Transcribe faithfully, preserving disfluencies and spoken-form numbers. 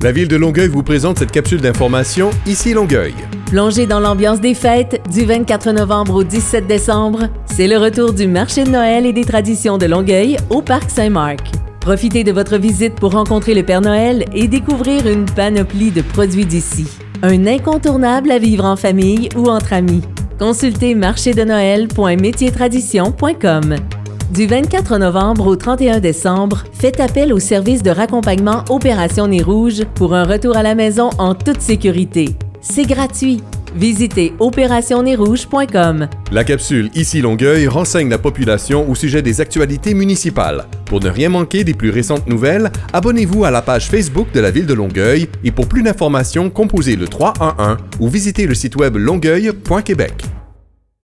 La Ville de Longueuil vous présente cette capsule d'information Ici Longueuil. Plongez dans l'ambiance des fêtes du vingt-quatre novembre au dix-sept décembre. C'est le retour du marché de Noël et des traditions de Longueuil au Parc Saint-Marc. Profitez de votre visite pour rencontrer le Père Noël et découvrir une panoplie de produits d'ici. Un incontournable à vivre en famille ou entre amis. Consultez marché de noël point métiers tradition point com. Du vingt-quatre novembre au trente et un décembre, faites appel au service de raccompagnement Opération Nez Rouge pour un retour à la maison en toute sécurité. C'est gratuit. Visitez opération nez rouge point com. La capsule Ici Longueuil renseigne la population au sujet des actualités municipales. Pour ne rien manquer des plus récentes nouvelles, abonnez-vous à la page Facebook de la Ville de Longueuil et pour plus d'informations, composez le trois un un ou visitez le site web longueuil point québec.